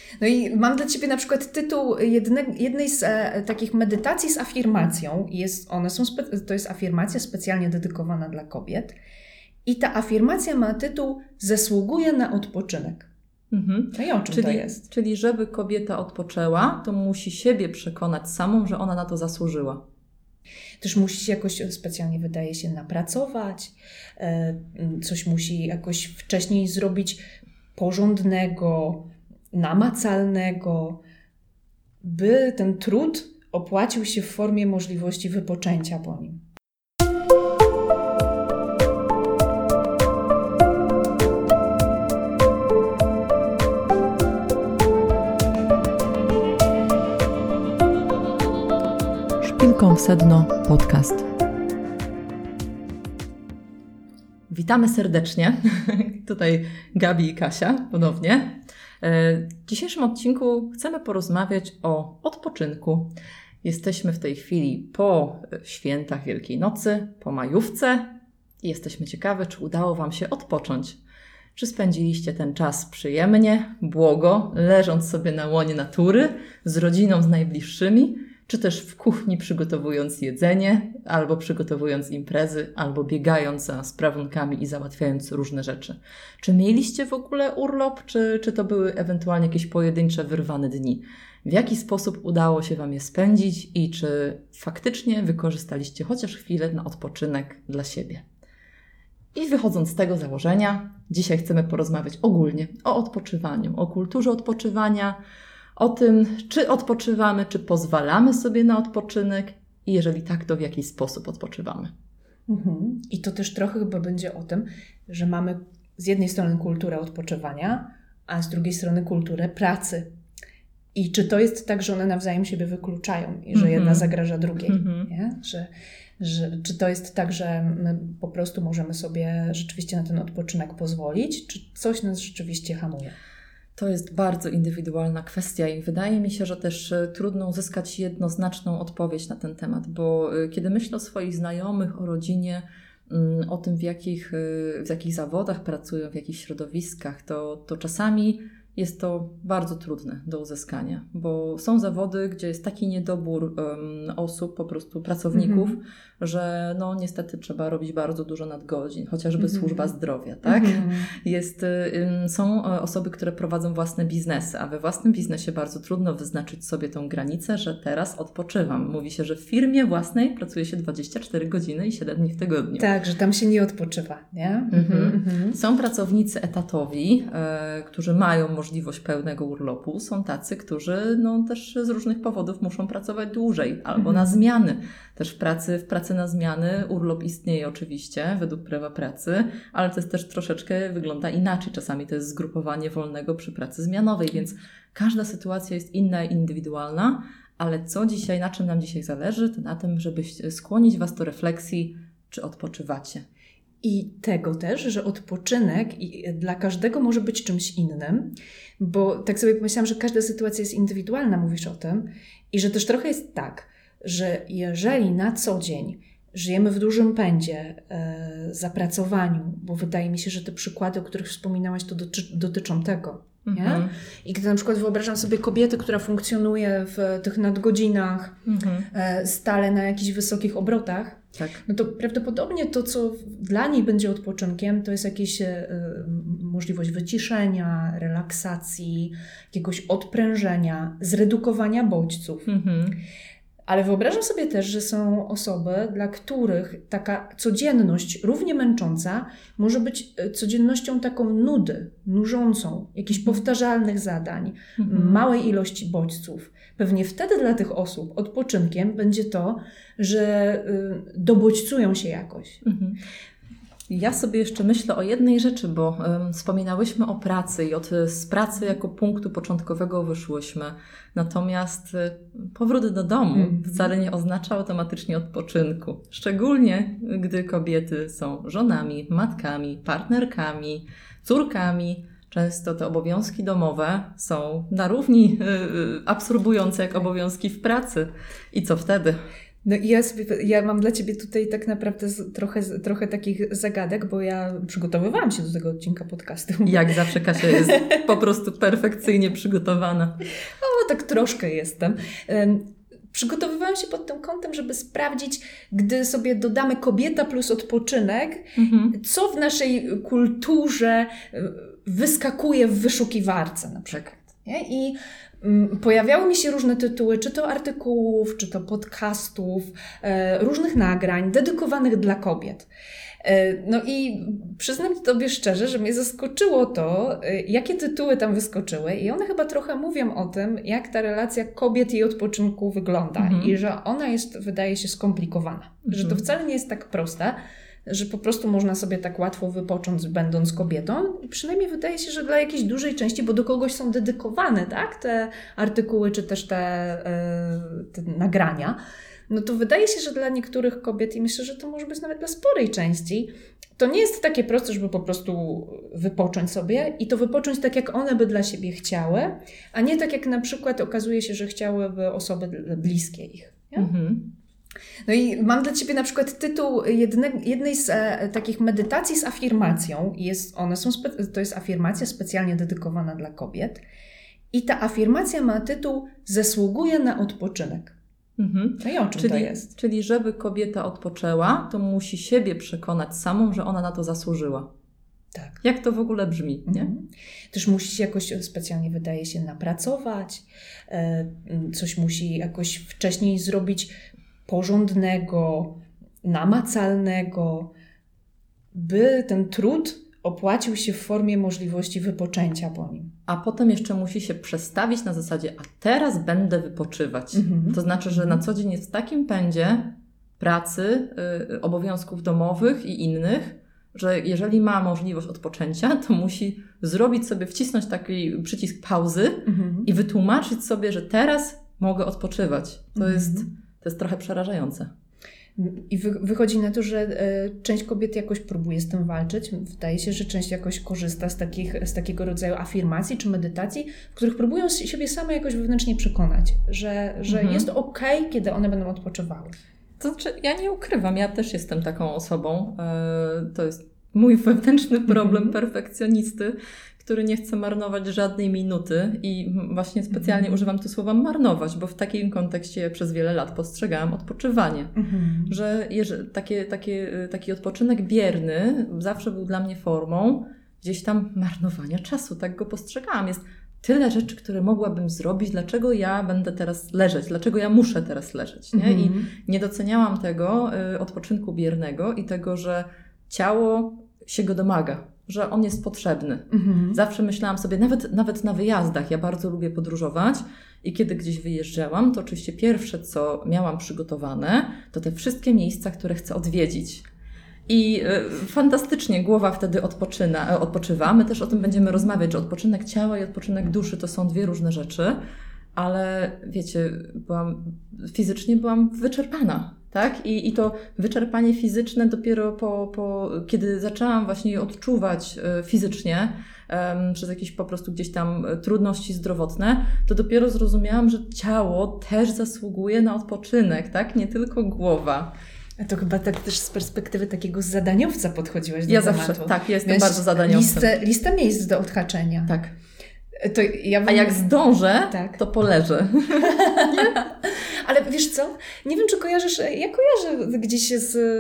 No i mam dla Ciebie na przykład tytuł jednej z takich medytacji z afirmacją. To jest afirmacja specjalnie dedykowana dla kobiet. I ta afirmacja ma tytuł "Zasługuje na odpoczynek". No i o czym to jest? Czyli żeby kobieta odpoczęła, to musi siebie przekonać samą, że ona na to zasłużyła. Też musi się jakoś specjalnie, wydaje się, napracować. Coś musi jakoś wcześniej zrobić porządnego, namacalnego, by ten trud opłacił się w formie możliwości wypoczęcia po nim. Szpilką w sedno podcast. Witamy serdecznie. Tutaj Gabi i Kasia ponownie. W dzisiejszym odcinku chcemy porozmawiać o odpoczynku. Jesteśmy w tej chwili po świętach Wielkiej Nocy, po majówce i jesteśmy ciekawe, czy udało Wam się odpocząć. Czy spędziliście ten czas przyjemnie, błogo, leżąc sobie na łonie natury, z rodziną, z najbliższymi, czy też w kuchni przygotowując jedzenie, albo przygotowując imprezy, albo biegając za sprawunkami i załatwiając różne rzeczy. Czy mieliście w ogóle urlop, czy to były ewentualnie jakieś pojedyncze, wyrwane dni? W jaki sposób udało się Wam je spędzić i czy faktycznie wykorzystaliście chociaż chwilę na odpoczynek dla siebie? I wychodząc z tego założenia, dzisiaj chcemy porozmawiać ogólnie o odpoczywaniu, o kulturze odpoczywania, o tym, czy odpoczywamy, czy pozwalamy sobie na odpoczynek i jeżeli tak, to w jaki sposób odpoczywamy. I to też trochę chyba będzie o tym, że mamy z jednej strony kulturę odpoczywania, a z drugiej strony kulturę pracy. I czy to jest tak, że one nawzajem siebie wykluczają i że jedna zagraża drugiej? Nie? Czy to jest tak, że my po prostu możemy sobie rzeczywiście na ten odpoczynek pozwolić, czy coś nas rzeczywiście hamuje? To jest bardzo indywidualna kwestia i wydaje mi się, że też trudno uzyskać jednoznaczną odpowiedź na ten temat, bo kiedy myślę o swoich znajomych, o rodzinie, o tym w jakich zawodach pracują, w jakich środowiskach, to czasami jest to bardzo trudne do uzyskania, bo są zawody, gdzie jest taki niedobór osób, po prostu pracowników, że no niestety trzeba robić bardzo dużo nadgodzin, chociażby służba zdrowia, tak? Są osoby, które prowadzą własne biznesy, a we własnym biznesie bardzo trudno wyznaczyć sobie tą granicę, że teraz odpoczywam. Mówi się, że w firmie własnej pracuje się 24 godziny i 7 dni w tygodniu. Tak, że tam się nie odpoczywa, nie? Są pracownicy etatowi, którzy mają możliwość pełnego urlopu. Są tacy, którzy no, też z różnych powodów muszą pracować dłużej albo na zmiany. Też w pracy na zmiany urlop istnieje oczywiście według prawa pracy, ale to jest też troszeczkę wygląda inaczej. Czasami to jest zgrupowanie wolnego przy pracy zmianowej, więc każda sytuacja jest inna i indywidualna, ale na czym nam dzisiaj zależy, to na tym, żeby skłonić Was do refleksji, czy odpoczywacie. I tego też, że odpoczynek dla każdego może być czymś innym, bo tak sobie pomyślałam, że każda sytuacja jest indywidualna, mówisz o tym, i że też trochę jest tak, że jeżeli na co dzień żyjemy w dużym pędzie, zapracowaniu, bo wydaje mi się, że te przykłady, o których wspominałaś, to dotyczą tego. Nie? I gdy na przykład wyobrażam sobie kobietę, która funkcjonuje w tych nadgodzinach, stale na jakichś wysokich obrotach, tak. No to prawdopodobnie to, co dla niej będzie odpoczynkiem, to jest jakaś możliwość wyciszenia, relaksacji, jakiegoś odprężenia, zredukowania bodźców. Ale wyobrażam sobie też, że są osoby, dla których taka codzienność równie męcząca może być codziennością taką nużącą, jakichś powtarzalnych zadań, małej ilości bodźców. Pewnie wtedy dla tych osób odpoczynkiem będzie to, że dobodźcują się jakoś. Ja sobie jeszcze myślę o jednej rzeczy, bo wspominałyśmy o pracy i z pracy jako punktu początkowego wyszłyśmy. Natomiast powrót do domu wcale nie oznacza automatycznie odpoczynku. Szczególnie, gdy kobiety są żonami, matkami, partnerkami, córkami. Często te obowiązki domowe są na równi absorbujące jak obowiązki w pracy. I co wtedy? No i ja mam dla Ciebie tutaj tak naprawdę trochę takich zagadek, bo ja przygotowywałam się do tego odcinka podcastu. Jak zawsze Kasia jest po prostu perfekcyjnie przygotowana. O, tak troszkę jestem. Przygotowywałam się pod tym kątem, żeby sprawdzić, gdy sobie dodamy kobieta plus odpoczynek, co w naszej kulturze wyskakuje w wyszukiwarce na przykład. Nie? I pojawiały mi się różne tytuły, czy to artykułów, czy to podcastów, różnych nagrań dedykowanych dla kobiet. No i przyznam Tobie szczerze, że mnie zaskoczyło to, jakie tytuły tam wyskoczyły i one chyba trochę mówią o tym, jak ta relacja kobiet i odpoczynku wygląda i że ona jest, wydaje się, skomplikowana. Że to wcale nie jest tak proste, że po prostu można sobie tak łatwo wypocząć będąc kobietą. I przynajmniej wydaje się, że dla jakiejś dużej części, bo do kogoś są dedykowane, tak, te artykuły czy też te nagrania, no to wydaje się, że dla niektórych kobiet, i myślę, że to może być nawet dla sporej części, to nie jest takie proste, żeby po prostu wypocząć sobie i to wypocząć tak, jak one by dla siebie chciały, a nie tak, jak na przykład okazuje się, że chciałyby osoby bliskie ich. Nie? No i mam dla Ciebie na przykład tytuł jednej z takich medytacji z afirmacją. To jest afirmacja specjalnie dedykowana dla kobiet. I ta afirmacja ma tytuł "Zasługuje na odpoczynek". No i o czym to jest? Czyli żeby kobieta odpoczęła, to musi siebie przekonać samą, że ona na to zasłużyła. Tak. Jak to w ogóle brzmi, nie? Też musi się jakoś specjalnie, wydaje się, napracować. Coś musi jakoś wcześniej zrobić porządnego, namacalnego, by ten trud opłacił się w formie możliwości wypoczęcia po nim. A potem jeszcze musi się przestawić na zasadzie, a teraz będę wypoczywać. To znaczy, że na co dzień jest w takim pędzie pracy, obowiązków domowych i innych, że jeżeli ma możliwość odpoczęcia, to musi zrobić sobie, wcisnąć taki przycisk pauzy i wytłumaczyć sobie, że teraz mogę odpoczywać. To jest trochę przerażające. I wychodzi na to, że część kobiet jakoś próbuje z tym walczyć. Wydaje się, że część jakoś korzysta z takiego rodzaju afirmacji czy medytacji, w których próbują siebie same jakoś wewnętrznie przekonać, że jest okej, kiedy one będą odpoczywały. To znaczy, ja nie ukrywam, ja też jestem taką osobą. To jest mój wewnętrzny problem perfekcjonisty, który nie chce marnować żadnej minuty i właśnie specjalnie używam tu słowa marnować, bo w takim kontekście przez wiele lat postrzegałam odpoczywanie. Że taki odpoczynek bierny zawsze był dla mnie formą gdzieś tam marnowania czasu. Tak go postrzegałam. Jest tyle rzeczy, które mogłabym zrobić, dlaczego ja będę teraz leżeć, dlaczego ja muszę teraz leżeć. Nie? I nie doceniałam tego odpoczynku biernego i tego, że ciało się go domaga, że on jest potrzebny. Zawsze myślałam sobie, nawet na wyjazdach, ja bardzo lubię podróżować i kiedy gdzieś wyjeżdżałam, to oczywiście pierwsze, co miałam przygotowane, to te wszystkie miejsca, które chcę odwiedzić. I fantastycznie głowa wtedy odpoczywa. My też o tym będziemy rozmawiać, że odpoczynek ciała i odpoczynek duszy to są dwie różne rzeczy, ale wiecie, fizycznie byłam wyczerpana. Tak? I to wyczerpanie fizyczne dopiero kiedy zaczęłam właśnie je odczuwać fizycznie, przez jakieś po prostu gdzieś tam trudności zdrowotne, to dopiero zrozumiałam, że ciało też zasługuje na odpoczynek, tak? Nie tylko głowa. A to chyba tak też z perspektywy takiego zadaniowca podchodziłaś do ja tematu. Zawsze, tak, jestem bardzo zadaniowcem. Listę miejsc do odhaczenia. Tak. A jak zdążę, to poleżę. Ale wiesz co? Nie wiem, czy kojarzysz, ja kojarzę gdzieś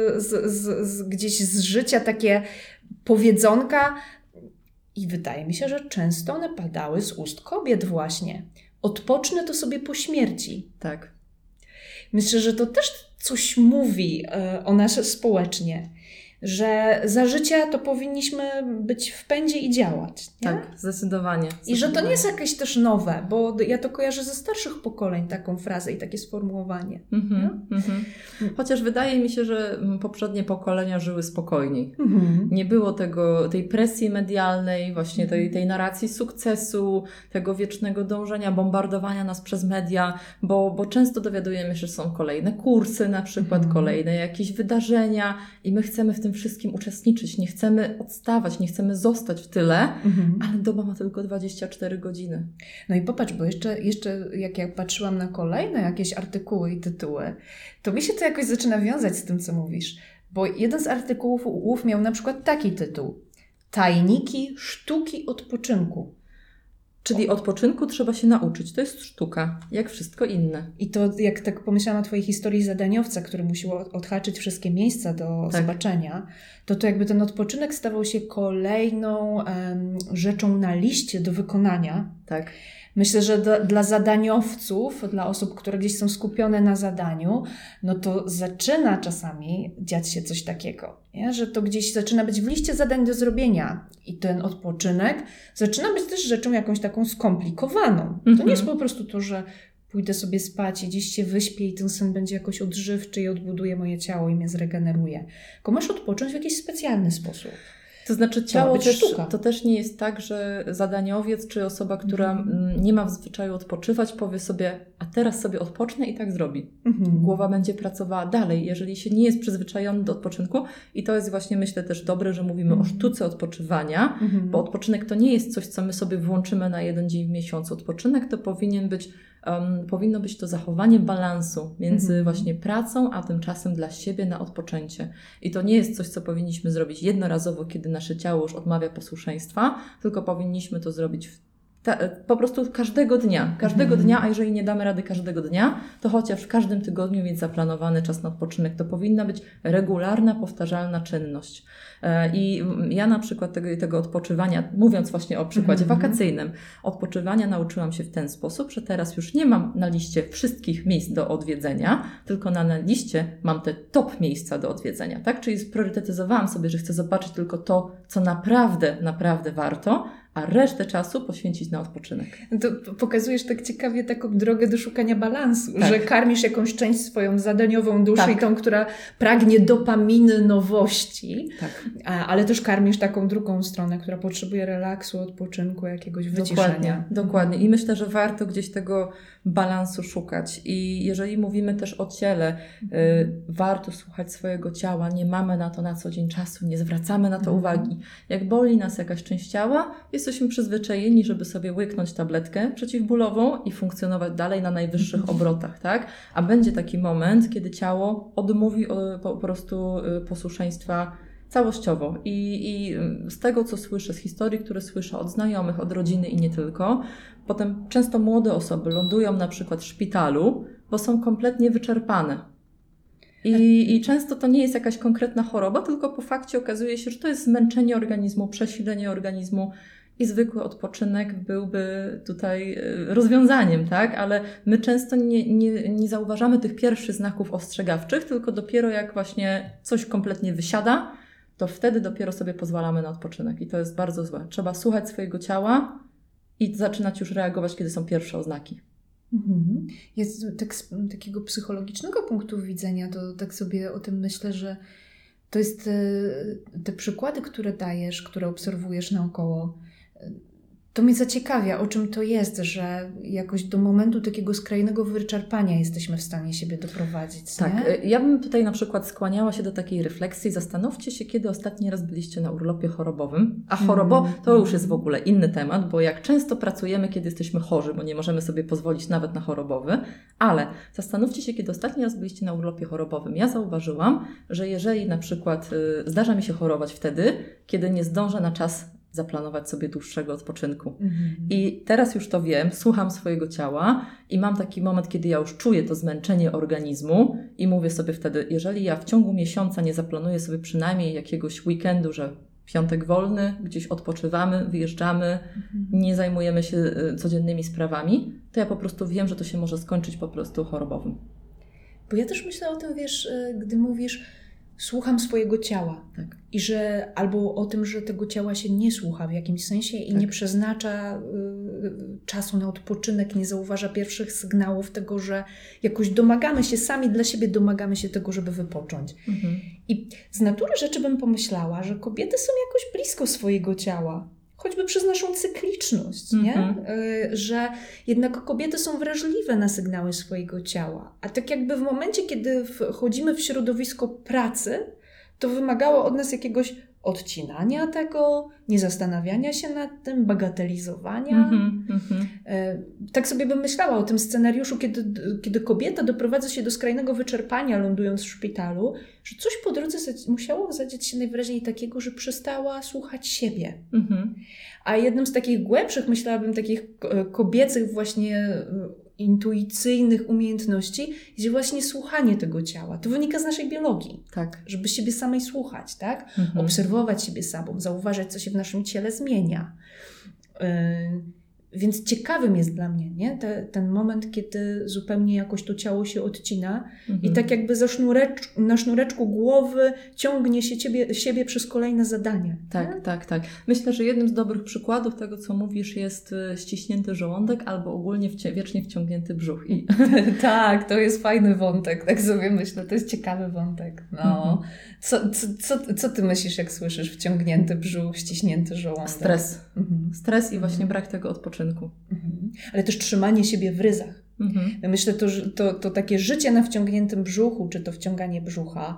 gdzieś z życia takie powiedzonka i wydaje mi się, że często one padały z ust kobiet właśnie. Odpocznę to sobie po śmierci. Tak. Myślę, że to też coś mówi o nas społecznie, że za życia to powinniśmy być w pędzie i działać. Nie? Tak, zdecydowanie. I że to nie jest jakieś też nowe, bo ja to kojarzę ze starszych pokoleń taką frazę i takie sformułowanie. Chociaż wydaje mi się, że poprzednie pokolenia żyły spokojniej. Nie było tej presji medialnej, właśnie tej narracji sukcesu, tego wiecznego dążenia, bombardowania nas przez media, bo często dowiadujemy się, że są kolejne kursy na przykład, kolejne jakieś wydarzenia i my chcemy w tym tym wszystkim uczestniczyć, nie chcemy odstawać, nie chcemy zostać w tyle, ale doba ma tylko 24 godziny. No i popatrz, bo jeszcze jak ja patrzyłam na kolejne jakieś artykuły i tytuły, to mi się to jakoś zaczyna wiązać z tym, co mówisz. Bo jeden z artykułów miał na przykład taki tytuł: Tajniki sztuki odpoczynku. Czyli odpoczynku trzeba się nauczyć. To jest sztuka, jak wszystko inne. I to jak tak pomyślałam o Twojej historii zadaniowca, który musiał odhaczyć wszystkie miejsca do zobaczenia, to jakby ten odpoczynek stawał się kolejną rzeczą na liście do wykonania. Tak. Myślę, że dla zadaniowców, dla osób, które gdzieś są skupione na zadaniu, no to zaczyna czasami dziać się coś takiego, nie? Że to gdzieś zaczyna być w liście zadań do zrobienia i ten odpoczynek zaczyna być też rzeczą jakąś taką skomplikowaną. To nie jest po prostu to, że pójdę sobie spać i gdzieś się wyśpię i ten sen będzie jakoś odżywczy i odbuduje moje ciało i mnie zregeneruje. Tylko masz odpocząć w jakiś specjalny sposób. To znaczy ciało to też nie jest tak, że zadaniowiec czy osoba, która nie ma w zwyczaju odpoczywać, powie sobie, a teraz sobie odpocznę i tak zrobi. Głowa będzie pracowała dalej, jeżeli się nie jest przyzwyczajony do odpoczynku i to jest właśnie, myślę, też dobre, że mówimy o sztuce odpoczywania, bo odpoczynek to nie jest coś, co my sobie włączymy na jeden dzień w miesiącu. Odpoczynek to powinno być to zachowanie balansu między właśnie pracą, a tym czasem dla siebie na odpoczęcie. I to nie jest coś, co powinniśmy zrobić jednorazowo, kiedy nasze ciało już odmawia posłuszeństwa, tylko powinniśmy to zrobić po prostu każdego dnia, a jeżeli nie damy rady każdego dnia, to chociaż w każdym tygodniu mieć zaplanowany czas na odpoczynek. To powinna być regularna, powtarzalna czynność. I ja na przykład tego odpoczywania, mówiąc właśnie o przykładzie wakacyjnym, odpoczywania nauczyłam się w ten sposób, że teraz już nie mam na liście wszystkich miejsc do odwiedzenia, tylko na liście mam te top miejsca do odwiedzenia, tak? Czyli spriorytetyzowałam sobie, że chcę zobaczyć tylko to, co naprawdę, naprawdę warto, a resztę czasu poświęcić na odpoczynek. To pokazujesz tak ciekawie taką drogę do szukania balansu, że karmisz jakąś część swoją zadaniową duszę i tą, która pragnie dopaminy, nowości, ale też karmisz taką drugą stronę, która potrzebuje relaksu, odpoczynku, jakiegoś wyciszenia. Dokładnie. I myślę, że warto gdzieś tego balansu szukać. I jeżeli mówimy też o ciele, warto słuchać swojego ciała. Nie mamy na to na co dzień czasu, nie zwracamy na to uwagi. Jak boli nas jakaś część ciała, jesteśmy przyzwyczajeni, żeby sobie łyknąć tabletkę przeciwbólową i funkcjonować dalej na najwyższych obrotach, tak? A będzie taki moment, kiedy ciało odmówi po prostu posłuszeństwa całościowo. I z tego, co słyszę, z historii, które słyszę od znajomych, od rodziny i nie tylko, potem często młode osoby lądują na przykład w szpitalu, bo są kompletnie wyczerpane. I często to nie jest jakaś konkretna choroba, tylko po fakcie okazuje się, że to jest zmęczenie organizmu, przesilenie organizmu i zwykły odpoczynek byłby tutaj rozwiązaniem, tak? Ale my często nie zauważamy tych pierwszych znaków ostrzegawczych, tylko dopiero jak właśnie coś kompletnie wysiada, to wtedy dopiero sobie pozwalamy na odpoczynek i to jest bardzo złe. Trzeba słuchać swojego ciała i zaczynać już reagować, kiedy są pierwsze oznaki. Jest tak z takiego psychologicznego punktu widzenia, to tak sobie o tym myślę, że to jest te przykłady, które dajesz, które obserwujesz naokoło, to mnie zaciekawia, o czym to jest, że jakoś do momentu takiego skrajnego wyczerpania jesteśmy w stanie siebie doprowadzić. Tak, nie? Ja bym tutaj na przykład skłaniała się do takiej refleksji. Zastanówcie się, kiedy ostatni raz byliście na urlopie chorobowym. A chorobo to już jest w ogóle inny temat, bo jak często pracujemy, kiedy jesteśmy chorzy, bo nie możemy sobie pozwolić nawet na chorobowy, ale zastanówcie się, kiedy ostatni raz byliście na urlopie chorobowym. Ja zauważyłam, że jeżeli na przykład zdarza mi się chorować wtedy, kiedy nie zdążę na czas zaplanować sobie dłuższego odpoczynku. I teraz już to wiem, słucham swojego ciała i mam taki moment, kiedy ja już czuję to zmęczenie organizmu i mówię sobie wtedy, jeżeli ja w ciągu miesiąca nie zaplanuję sobie przynajmniej jakiegoś weekendu, że piątek wolny, gdzieś odpoczywamy, wyjeżdżamy, nie zajmujemy się codziennymi sprawami, to ja po prostu wiem, że to się może skończyć po prostu chorobowym. Bo ja też myślę o tym, wiesz, gdy mówisz, słucham swojego ciała. Tak. I że albo o tym, że tego ciała się nie słucha w jakimś sensie i nie przeznacza czasu na odpoczynek, nie zauważa pierwszych sygnałów tego, że jakoś domagamy się, sami dla siebie domagamy się tego, żeby wypocząć. I z natury rzeczy bym pomyślała, że kobiety są jakoś blisko swojego ciała. Choćby przez naszą cykliczność, nie? Że jednak kobiety są wrażliwe na sygnały swojego ciała. A tak jakby w momencie, kiedy wchodzimy w środowisko pracy, to wymagało od nas jakiegoś odcinania tego, nie zastanawiania się nad tym, bagatelizowania. Tak sobie bym myślała o tym scenariuszu, kiedy kobieta doprowadza się do skrajnego wyczerpania, lądując w szpitalu, że coś po drodze musiało zadziać się najwyraźniej takiego, że przestała słuchać siebie. A jednym z takich głębszych, myślałabym, takich kobiecych właśnie intuicyjnych umiejętności jest właśnie słuchanie tego ciała. To wynika z naszej biologii. Tak. Żeby siebie samej słuchać, tak? Obserwować siebie samą, zauważać, co się w naszym ciele zmienia. Więc ciekawym jest dla mnie, nie? Ten moment, kiedy zupełnie jakoś to ciało się odcina i tak jakby na sznureczku głowy ciągnie się siebie przez kolejne zadanie. Tak. Myślę, że jednym z dobrych przykładów tego, co mówisz, jest ściśnięty żołądek albo ogólnie wiecznie wciągnięty brzuch. Tak, to jest fajny wątek, tak sobie myślę, to jest ciekawy wątek. No. Co ty myślisz, jak słyszysz wciągnięty brzuch, ściśnięty żołądek? Stres i właśnie brak tego odpoczynku. Ale też trzymanie siebie w ryzach. Myślę, to takie życie na wciągniętym brzuchu, czy to wciąganie brzucha,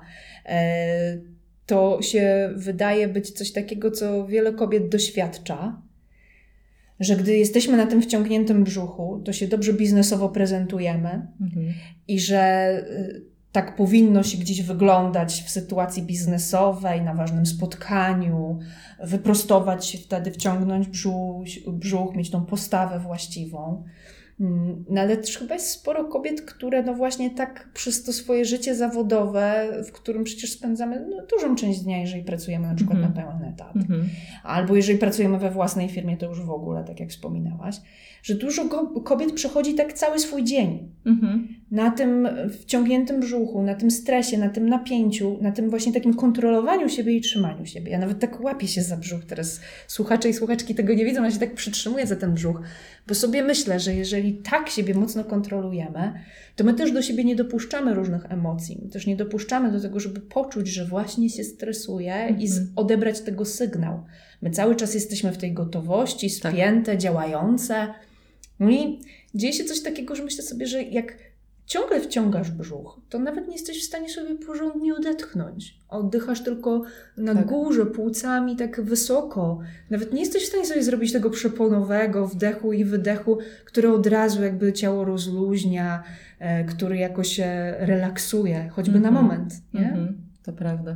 to się wydaje być coś takiego, co wiele kobiet doświadcza, że gdy jesteśmy na tym wciągniętym brzuchu, to się dobrze biznesowo prezentujemy i że tak powinno się gdzieś wyglądać w sytuacji biznesowej, na ważnym spotkaniu, wyprostować się wtedy, wciągnąć brzuch, mieć tą postawę właściwą. No ale też chyba jest sporo kobiet, które no właśnie tak przez to swoje życie zawodowe, w którym przecież spędzamy dużą część dnia, jeżeli pracujemy na przykład na pełen etat. Albo jeżeli pracujemy we własnej firmie, to już w ogóle, tak jak wspominałaś, że dużo kobiet przechodzi tak cały swój dzień. Na tym wciągniętym brzuchu, na tym stresie, na tym napięciu, na tym właśnie takim kontrolowaniu siebie i trzymaniu siebie. Ja nawet tak łapię się za brzuch teraz. Słuchacze i słuchaczki tego nie widzą, ja się tak przytrzymuję za ten brzuch, bo sobie myślę, że jeżeli tak siebie mocno kontrolujemy, to my też do siebie nie dopuszczamy różnych emocji. My też nie dopuszczamy do tego, żeby poczuć, że właśnie się stresuje i odebrać tego sygnał. My cały czas jesteśmy w tej gotowości, spięte, działające. No i dzieje się coś takiego, że myślę sobie, że jak ciągle wciągasz brzuch, to nawet nie jesteś w stanie sobie porządnie odetchnąć. Oddychasz tylko na górze, płucami tak wysoko. Nawet nie jesteś w stanie sobie zrobić tego przeponowego wdechu i wydechu, który od razu jakby ciało rozluźnia, który jakoś się relaksuje, choćby na moment. Nie? To prawda.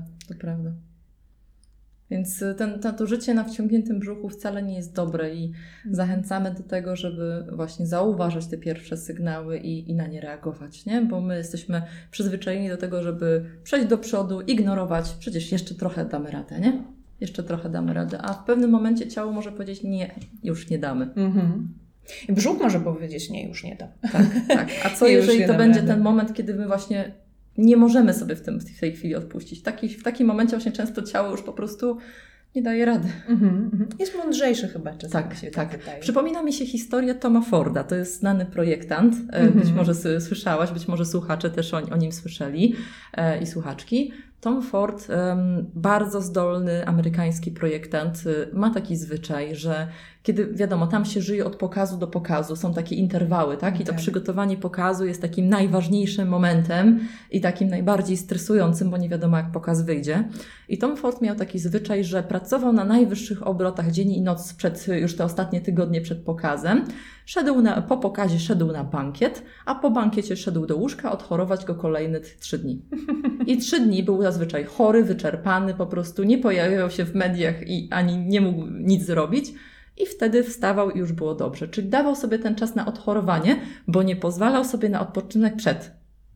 Więc to życie na wciągniętym brzuchu wcale nie jest dobre i zachęcamy do tego, żeby właśnie zauważać te pierwsze sygnały i na nie reagować, nie? Bo my jesteśmy przyzwyczajeni do tego, żeby przejść do przodu, ignorować, przecież jeszcze trochę damy radę, nie? Jeszcze trochę damy radę, a w pewnym momencie ciało może powiedzieć nie, już nie damy. I brzuch może powiedzieć nie, już nie dam. Tak. A co jeżeli to będzie ten moment, kiedy my właśnie nie możemy sobie w tej chwili odpuścić. W takim momencie właśnie często ciało już po prostu nie daje rady. Jest mądrzejszy chyba czasami. Tak. Przypomina mi się historia Toma Forda. To jest znany projektant. Być może słyszałaś, być może słuchacze też o nim słyszeli i słuchaczki. Tom Ford, bardzo zdolny amerykański projektant, ma taki zwyczaj, że kiedy, wiadomo, tam się żyje od pokazu do pokazu, są takie interwały, tak? I to przygotowanie pokazu jest takim najważniejszym momentem i takim najbardziej stresującym, bo nie wiadomo, jak pokaz wyjdzie. I Tom Ford miał taki zwyczaj, że pracował na najwyższych obrotach dzień i noc już te ostatnie tygodnie przed pokazem. Po pokazie szedł na bankiet, a po bankiecie szedł do łóżka odchorować go kolejne 3 dni. I 3 dni był zazwyczaj chory, wyczerpany, po prostu nie pojawiał się w mediach i ani nie mógł nic zrobić. I wtedy wstawał i już było dobrze. Czyli dawał sobie ten czas na odchorowanie, bo nie pozwalał sobie na odpoczynek przed.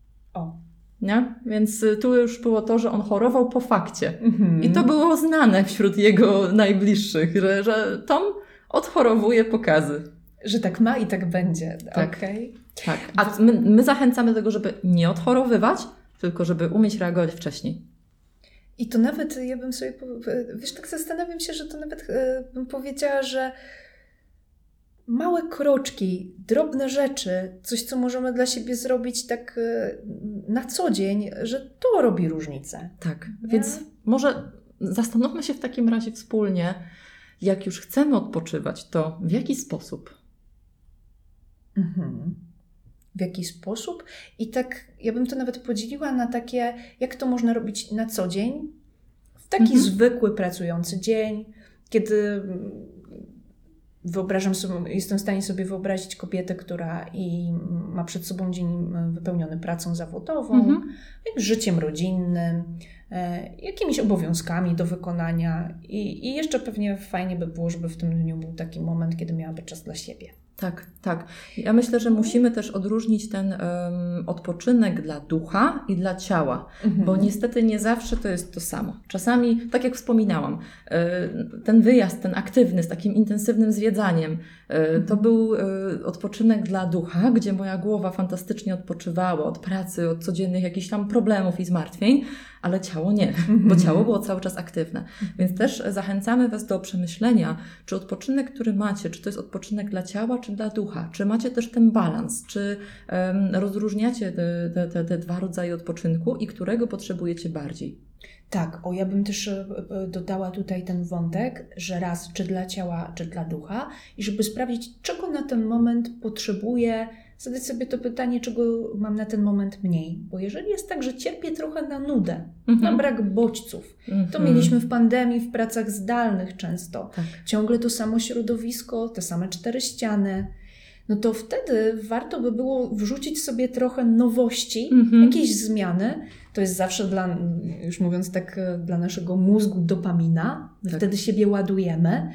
Nie? Więc tu już było to, że on chorował po fakcie. I to było znane wśród jego najbliższych, że Tom odchorowuje pokazy. Że tak ma i tak będzie. Tak. A my zachęcamy do tego, żeby nie odchorowywać, tylko żeby umieć reagować wcześniej. I to nawet, ja bym sobie, wiesz, tak zastanawiam się, że to nawet bym powiedziała, że małe kroczki, drobne rzeczy, coś, co możemy dla siebie zrobić tak na co dzień, że to robi różnicę. Tak, więc może zastanówmy się w takim razie wspólnie, jak już chcemy odpoczywać, to w jaki sposób? W jaki sposób? I tak ja bym to nawet podzieliła na takie, jak to można robić na co dzień, Taki zwykły, pracujący dzień, kiedy wyobrażam sobie, jestem w stanie sobie wyobrazić kobietę, która ma przed sobą dzień wypełniony pracą zawodową, życiem rodzinnym, jakimiś obowiązkami do wykonania i jeszcze pewnie fajnie by było, żeby w tym dniu był taki moment, kiedy miałaby czas dla siebie. Tak, tak. Ja myślę, że musimy też odróżnić ten odpoczynek dla ducha i dla ciała, bo niestety nie zawsze to jest to samo. Czasami, tak jak wspominałam, ten wyjazd, ten aktywny, z takim intensywnym zwiedzaniem, to był odpoczynek dla ducha, gdzie moja głowa fantastycznie odpoczywała od pracy, od codziennych jakichś tam problemów i zmartwień, ale ciało nie, bo ciało było cały czas aktywne. Więc też zachęcamy Was do przemyślenia, czy odpoczynek, który macie, czy to jest odpoczynek dla ciała, czy dla ducha, czy macie też ten balans, czy rozróżniacie te dwa rodzaje odpoczynku i którego potrzebujecie bardziej. Tak, ja bym też dodała tutaj ten wątek, że raz, czy dla ciała, czy dla ducha i żeby sprawdzić, czego na ten moment potrzebuję, zadać sobie to pytanie, czego mam na ten moment mniej. Bo jeżeli jest tak, że cierpię trochę na nudę, na brak bodźców, to mieliśmy w pandemii, w pracach zdalnych często, ciągle to samo środowisko, te same 4 ściany, no to wtedy warto by było wrzucić sobie trochę nowości, jakieś zmiany. To jest zawsze już mówiąc tak, dla naszego mózgu dopamina. My wtedy siebie ładujemy.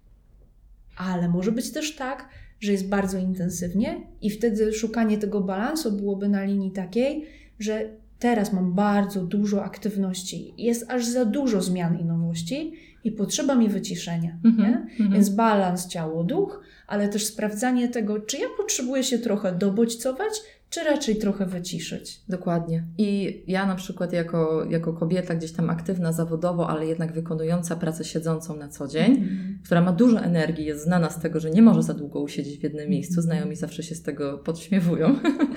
Ale może być też tak, że jest bardzo intensywnie i wtedy szukanie tego balansu byłoby na linii takiej, że teraz mam bardzo dużo aktywności, jest aż za dużo zmian i nowości i potrzeba mi wyciszenia. Nie? Więc balans ciało-duch, ale też sprawdzanie tego, czy ja potrzebuję się trochę dobodźcować, czy raczej trochę wyciszyć. Dokładnie. I ja na przykład jako kobieta gdzieś tam aktywna zawodowo, ale jednak wykonująca pracę siedzącą na co dzień, która ma dużo energii, jest znana z tego, że nie może za długo usiedzieć w jednym miejscu. Znajomi zawsze się z tego podśmiewują.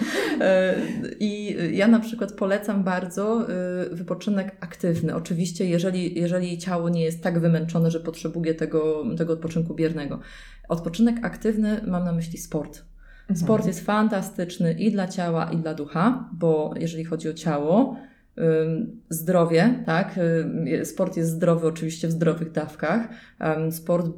I ja na przykład polecam bardzo wypoczynek aktywny. Oczywiście, jeżeli ciało nie jest tak wymęczone, że potrzebuje tego odpoczynku biernego. Odpoczynek aktywny, mam na myśli sport. Sport jest fantastyczny i dla ciała, i dla ducha, bo jeżeli chodzi o ciało, zdrowie, tak? Sport jest zdrowy oczywiście w zdrowych dawkach. Sport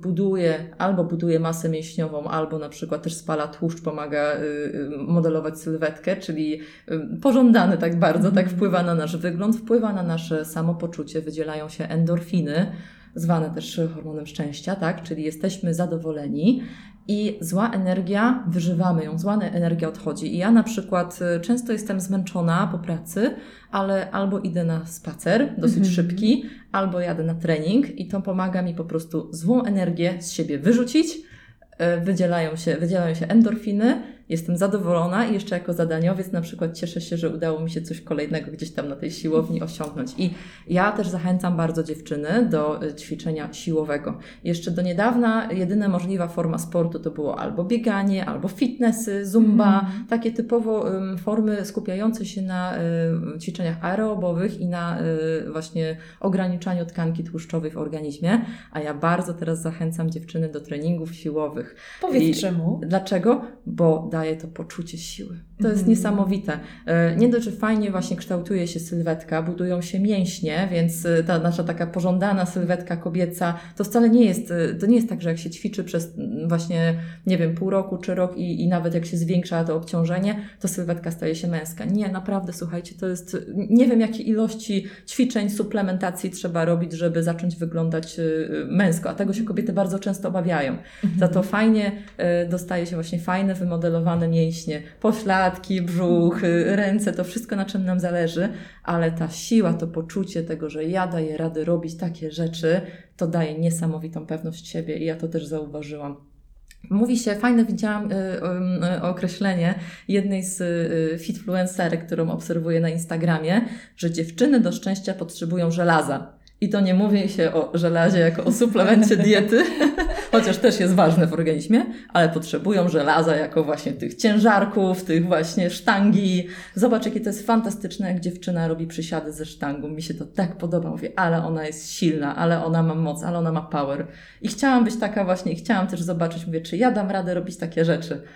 buduje masę mięśniową, albo na przykład też spala tłuszcz, pomaga modelować sylwetkę, czyli pożądany tak bardzo, tak wpływa na nasz wygląd, wpływa na nasze samopoczucie, wydzielają się endorfiny, zwane też hormonem szczęścia, tak? Czyli jesteśmy zadowoleni. I zła energia, wyżywamy ją, zła energia odchodzi. I ja na przykład często jestem zmęczona po pracy, ale albo idę na spacer, dosyć szybki, albo jadę na trening i to pomaga mi po prostu złą energię z siebie wyrzucić. Wydzielają się endorfiny, jestem zadowolona i jeszcze jako zadaniowiec na przykład cieszę się, że udało mi się coś kolejnego gdzieś tam na tej siłowni osiągnąć. I ja też zachęcam bardzo dziewczyny do ćwiczenia siłowego. Jeszcze do niedawna jedyna możliwa forma sportu to było albo bieganie, albo fitnessy, zumba, takie typowo formy skupiające się na ćwiczeniach aerobowych i na właśnie ograniczaniu tkanki tłuszczowej w organizmie, a ja bardzo teraz zachęcam dziewczyny do treningów siłowych. Powiedz czemu? Dlaczego? Bo daje to poczucie siły. To jest niesamowite. Nie dość, że fajnie właśnie kształtuje się sylwetka, budują się mięśnie, więc ta nasza taka pożądana sylwetka kobieca, to wcale nie jest tak, że jak się ćwiczy przez właśnie, nie wiem, pół roku czy rok i nawet jak się zwiększa to obciążenie, to sylwetka staje się męska. Nie, naprawdę, słuchajcie, to jest, nie wiem jakie ilości ćwiczeń, suplementacji trzeba robić, żeby zacząć wyglądać męsko, a tego się kobiety bardzo często obawiają. Za to fajnie dostaje się właśnie fajne, wymodelowane mięśnie, pośladki, brzuch, ręce, to wszystko na czym nam zależy, ale ta siła, to poczucie tego, że ja daję radę robić takie rzeczy, to daje niesamowitą pewność siebie i ja to też zauważyłam. Mówi się, fajne widziałam określenie jednej z fitfluencerek, którą obserwuję na Instagramie, że dziewczyny do szczęścia potrzebują żelaza. I to nie mówi się o żelazie jako o suplemencie diety, chociaż też jest ważne w organizmie, ale potrzebują żelaza jako właśnie tych ciężarków, tych właśnie sztangi. Zobacz, jakie to jest fantastyczne, jak dziewczyna robi przysiady ze sztangą. Mi się to tak podoba. Mówię, ale ona jest silna, ale ona ma moc, ale ona ma power. I chciałam być taka właśnie, i chciałam też zobaczyć, mówię, czy ja dam radę robić takie rzeczy.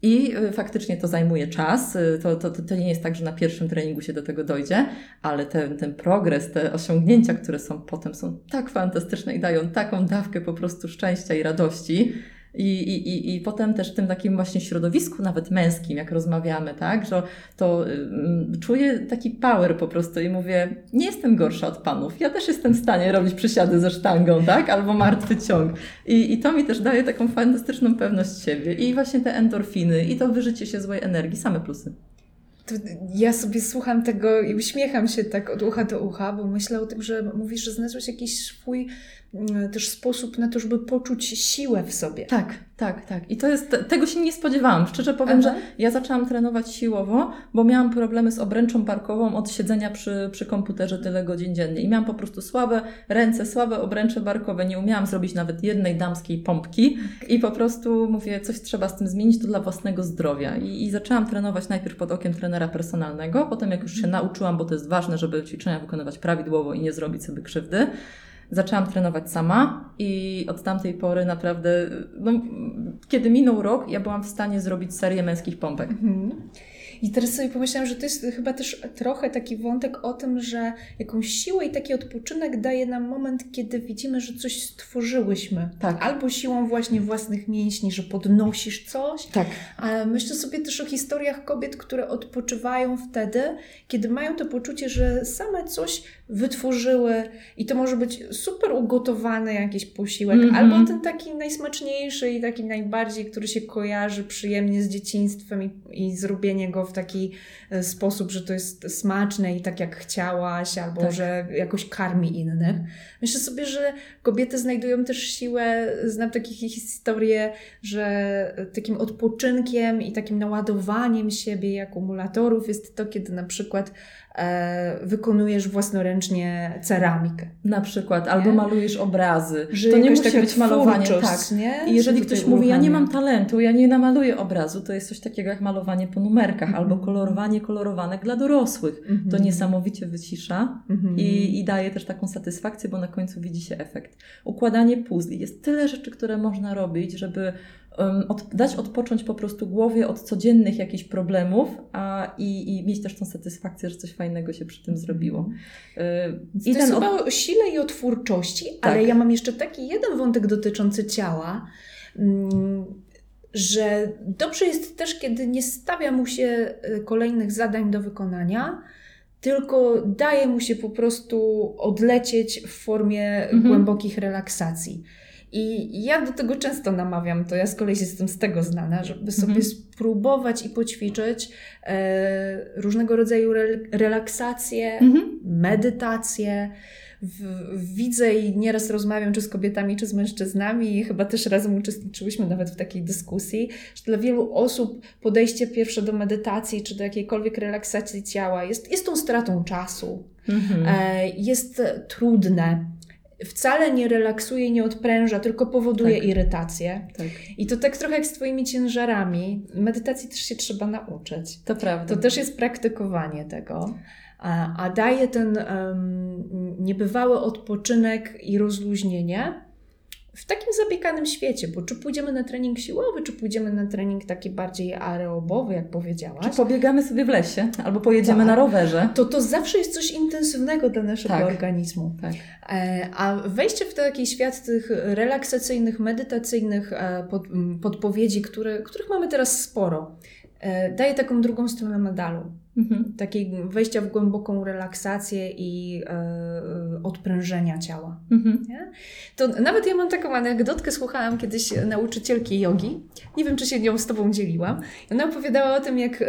I faktycznie to zajmuje czas. To nie jest tak, że na pierwszym treningu się do tego dojdzie, ale ten progres, te osiągnięcia, które są potem, są tak fantastyczne i dają taką dawkę po prostu szczęścia i radości. I potem też w tym takim właśnie środowisku, nawet męskim, jak rozmawiamy, tak, że to czuję taki power po prostu i mówię, nie jestem gorsza od panów, ja też jestem w stanie robić przysiady ze sztangą, tak, albo martwy ciąg. I to mi też daje taką fantastyczną pewność siebie i właśnie te endorfiny i to wyżycie się złej energii, same plusy. To ja sobie słucham tego i uśmiecham się tak od ucha do ucha, bo myślę o tym, że mówisz, że znalazłeś jakiś swój też sposób na to, żeby poczuć siłę w sobie. Tak. I to jest, tego się nie spodziewałam. Szczerze powiem, że ja zaczęłam trenować siłowo, bo miałam problemy z obręczą barkową od siedzenia przy komputerze tyle godzin dziennie. I miałam po prostu słabe ręce, słabe obręcze barkowe. Nie umiałam zrobić nawet jednej damskiej pompki. I po prostu mówię, coś trzeba z tym zmienić, to dla własnego zdrowia. I zaczęłam trenować najpierw pod okiem trenera personalnego. Potem jak już się nauczyłam, bo to jest ważne, żeby ćwiczenia wykonywać prawidłowo i nie zrobić sobie krzywdy, zaczęłam trenować sama i od tamtej pory naprawdę, kiedy minął rok, ja byłam w stanie zrobić serię męskich pompek. I teraz sobie pomyślałam, że to jest chyba też trochę taki wątek o tym, że jakąś siłę i taki odpoczynek daje nam moment, kiedy widzimy, że coś stworzyłyśmy. Tak. Albo siłą właśnie własnych mięśni, że podnosisz coś. Tak. Ale myślę sobie też o historiach kobiet, które odpoczywają wtedy, kiedy mają to poczucie, że same coś wytworzyły i to może być super ugotowany jakiś posiłek, albo ten taki najsmaczniejszy i taki najbardziej, który się kojarzy przyjemnie z dzieciństwem i zrobienie go w taki sposób, że to jest smaczne i tak jak chciałaś, albo że jakoś karmi innych. Myślę sobie, że kobiety znajdują też siłę, znam takie historie, że takim odpoczynkiem i takim naładowaniem siebie i akumulatorów jest to, kiedy na przykład wykonujesz własnoręcznie ceramikę. Na przykład, albo malujesz obrazy. Że to nie musi taka być malowanie. Tak. Nie? I jeżeli ktoś mówi, ja nie mam talentu, ja nie namaluję obrazu, to jest coś takiego jak malowanie po numerkach, albo kolorowanie kolorowanek dla dorosłych. To niesamowicie wycisza i daje też taką satysfakcję, bo na końcu widzi się efekt. Układanie puzli. Jest tyle rzeczy, które można robić, żeby dać odpocząć po prostu głowie od codziennych jakichś problemów i mieć też tą satysfakcję, że coś fajnego się przy tym zrobiło. To jest chyba o sile i o twórczości, ale ja mam jeszcze taki jeden wątek dotyczący ciała, że dobrze jest też, kiedy nie stawia mu się kolejnych zadań do wykonania, tylko daje mu się po prostu odlecieć w formie głębokich relaksacji. I ja do tego często namawiam, to ja z kolei jestem z tego znana, żeby sobie spróbować i poćwiczyć różnego rodzaju relaksacje, medytacje. Widzę i nieraz rozmawiam czy z kobietami, czy z mężczyznami i chyba też razem uczestniczyłyśmy nawet w takiej dyskusji, że dla wielu osób podejście pierwsze do medytacji czy do jakiejkolwiek relaksacji ciała jest tą stratą czasu. Jest trudne. Wcale nie relaksuje i nie odpręża, tylko powoduje irytację. Tak. I to tak trochę jak z Twoimi ciężarami. Medytacji też się trzeba nauczyć. To prawda. To też jest praktykowanie tego. A daje ten niebywały odpoczynek i rozluźnienie w takim zabieganym świecie, bo czy pójdziemy na trening siłowy, czy pójdziemy na trening taki bardziej aerobowy, jak powiedziałaś. Czy pobiegamy sobie w lesie, albo pojedziemy na rowerze. To zawsze jest coś intensywnego dla naszego organizmu. Tak. A wejście w taki świat tych relaksacyjnych, medytacyjnych podpowiedzi, których mamy teraz sporo, daje taką drugą stronę medalu. Takiej wejścia w głęboką relaksację i odprężenia ciała. Nie? To nawet ja mam taką anegdotkę, słuchałam kiedyś nauczycielki jogi. Nie wiem, czy się nią z Tobą dzieliłam. Ona opowiadała o tym, jak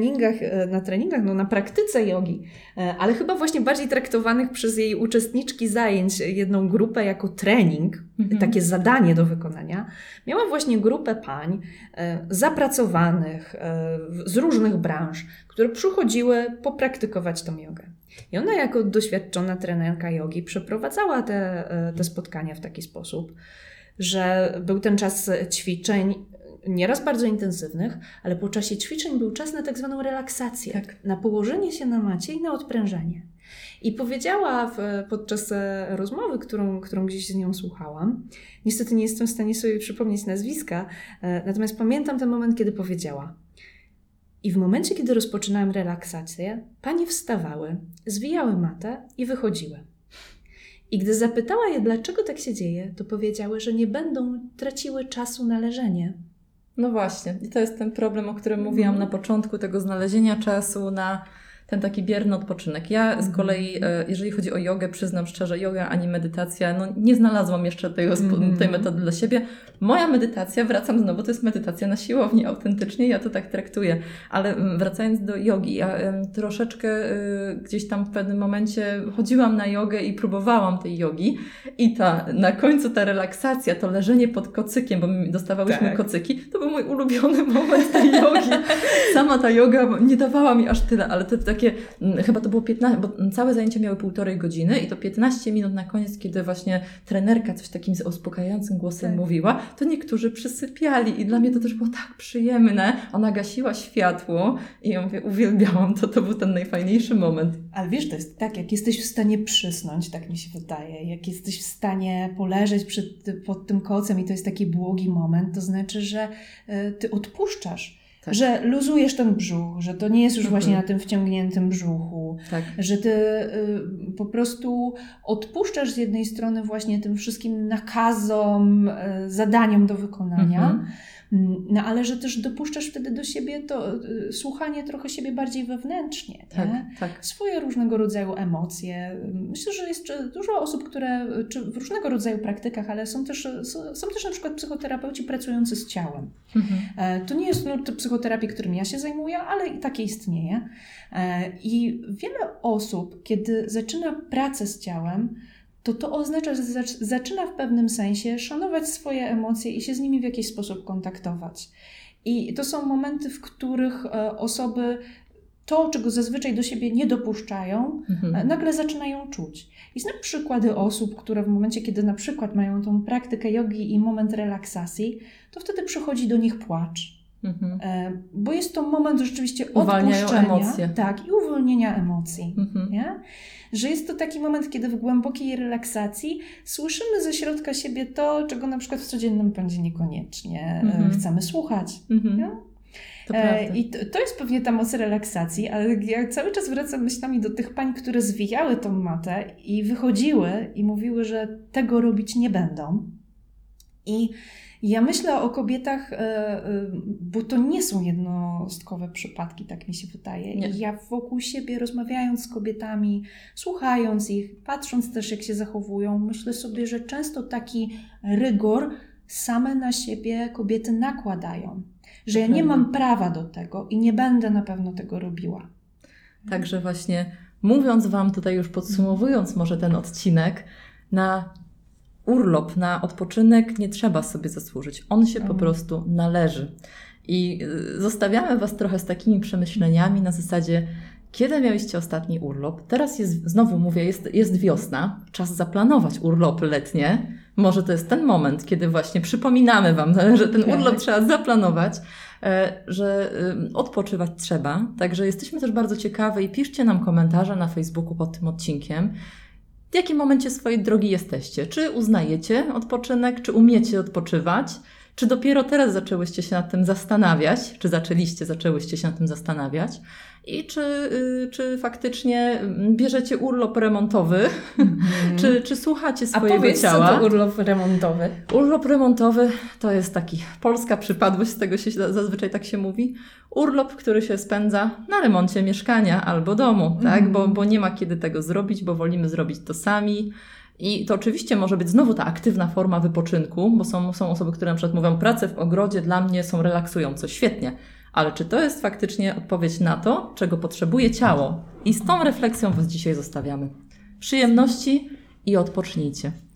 na praktyce jogi, ale chyba właśnie bardziej traktowanych przez jej uczestniczki zajęć, jedną grupę jako trening, takie zadanie do wykonania, miała właśnie grupę pań zapracowanych z różnych branż, które przychodziły popraktykować tą jogę. I ona jako doświadczona trenerka jogi przeprowadzała te spotkania w taki sposób, że był ten czas ćwiczeń, nieraz bardzo intensywnych, ale po czasie ćwiczeń był czas na tak zwaną relaksację, na położenie się na macie i na odprężenie. I powiedziała podczas rozmowy, którą gdzieś z nią słuchałam, niestety nie jestem w stanie sobie przypomnieć nazwiska, natomiast pamiętam ten moment, kiedy powiedziała: i w momencie, kiedy rozpoczynałam relaksację, panie wstawały, zwijały matę i wychodziły. I gdy zapytała je, dlaczego tak się dzieje, to powiedziały, że nie będą traciły czasu na leżenie. No właśnie. I to jest ten problem, o którym mówiłam na początku, tego znalezienia czasu na ten taki bierny odpoczynek. Ja z kolei, jeżeli chodzi o jogę, przyznam szczerze, joga ani medytacja, no nie znalazłam jeszcze tej metody dla siebie. Moja medytacja, wracam znowu, to jest medytacja na siłowni, autentycznie, ja to tak traktuję. Ale wracając do jogi, ja troszeczkę gdzieś tam w pewnym momencie chodziłam na jogę i próbowałam tej jogi i na końcu ta relaksacja, to leżenie pod kocykiem, bo my dostawałyśmy kocyki, to był mój ulubiony moment tej jogi. Sama ta joga nie dawała mi aż tyle, ale to takie, chyba to było 15, bo całe zajęcia miały 1,5 godziny i to 15 minut na koniec, kiedy właśnie trenerka coś takim uspokajającym głosem mówiła, to niektórzy przysypiali i dla mnie to też było tak przyjemne. Ona gasiła światło i ja mówię, uwielbiałam to, to był ten najfajniejszy moment. Ale wiesz, to jest tak, jak jesteś w stanie przysnąć, tak mi się wydaje, jak jesteś w stanie poleżeć pod tym kocem i to jest taki błogi moment, to znaczy, że ty odpuszczasz. Tak. Że luzujesz ten brzuch, że to nie jest już właśnie na tym wciągniętym brzuchu, że ty po prostu odpuszczasz z jednej strony właśnie tym wszystkim nakazom, zadaniom do wykonania, no ale że też dopuszczasz wtedy do siebie to słuchanie trochę siebie bardziej wewnętrznie, swoje różnego rodzaju emocje. Myślę, że jest dużo osób, które czy w różnego rodzaju praktykach, ale są też na przykład psychoterapeuci pracujący z ciałem. To nie jest nurt psychoterapii, którym ja się zajmuję, ale i takie istnieje. I wiele osób, kiedy zaczyna pracę z ciałem, to oznacza, że zaczyna w pewnym sensie szanować swoje emocje i się z nimi w jakiś sposób kontaktować. I to są momenty, w których osoby to, czego zazwyczaj do siebie nie dopuszczają, nagle zaczynają czuć. I znam przykłady osób, które w momencie, kiedy na przykład mają tą praktykę jogi i moment relaksacji, to wtedy przychodzi do nich płacz. Bo jest to moment rzeczywiście odpuszczenia emocje. I uwolnienia emocji. Nie? Że jest to taki moment, kiedy w głębokiej relaksacji słyszymy ze środka siebie to, czego na przykład w codziennym pędzie niekoniecznie chcemy słuchać. I to jest pewnie ta moc relaksacji, ale ja cały czas wracam myślami do tych pań, które zwijały tą matę i wychodziły i mówiły, że tego robić nie będą. I ja myślę o kobietach, bo to nie są jednostkowe przypadki, tak mi się wydaje. Nie. I ja wokół siebie, rozmawiając z kobietami, słuchając ich, patrząc też, jak się zachowują, myślę sobie, że często taki rygor same na siebie kobiety nakładają. Że ja nie mam prawa do tego i nie będę na pewno tego robiła. Także właśnie mówiąc Wam tutaj, już podsumowując może ten odcinek, na urlop, na odpoczynek nie trzeba sobie zasłużyć. On się po prostu należy. I zostawiamy Was trochę z takimi przemyśleniami na zasadzie, kiedy mieliście ostatni urlop? Teraz znowu mówię, jest wiosna, czas zaplanować urlopy letnie. Może to jest ten moment, kiedy właśnie przypominamy Wam, że ten urlop trzeba zaplanować, że odpoczywać trzeba. Także jesteśmy też bardzo ciekawe i piszcie nam komentarze na Facebooku pod tym odcinkiem. W jakim momencie swojej drogi jesteście? Czy uznajecie odpoczynek? Czy umiecie odpoczywać? Czy dopiero teraz zaczęłyście się nad tym zastanawiać? Czy zaczęłyście się nad tym zastanawiać? I czy faktycznie bierzecie urlop remontowy? Czy słuchacie swojego ciała? A powiedz, co to urlop remontowy? Urlop remontowy to jest taki polska przypadłość, z tego się zazwyczaj tak się mówi. Urlop, który się spędza na remoncie mieszkania albo domu, tak? Bo nie ma kiedy tego zrobić, bo wolimy zrobić to sami. I to oczywiście może być znowu ta aktywna forma wypoczynku, bo są osoby, które na przykład mówią, prace w ogrodzie dla mnie są relaksujące. Świetnie. Ale czy to jest faktycznie odpowiedź na to, czego potrzebuje ciało? I z tą refleksją Was dzisiaj zostawiamy. Przyjemności i odpocznijcie.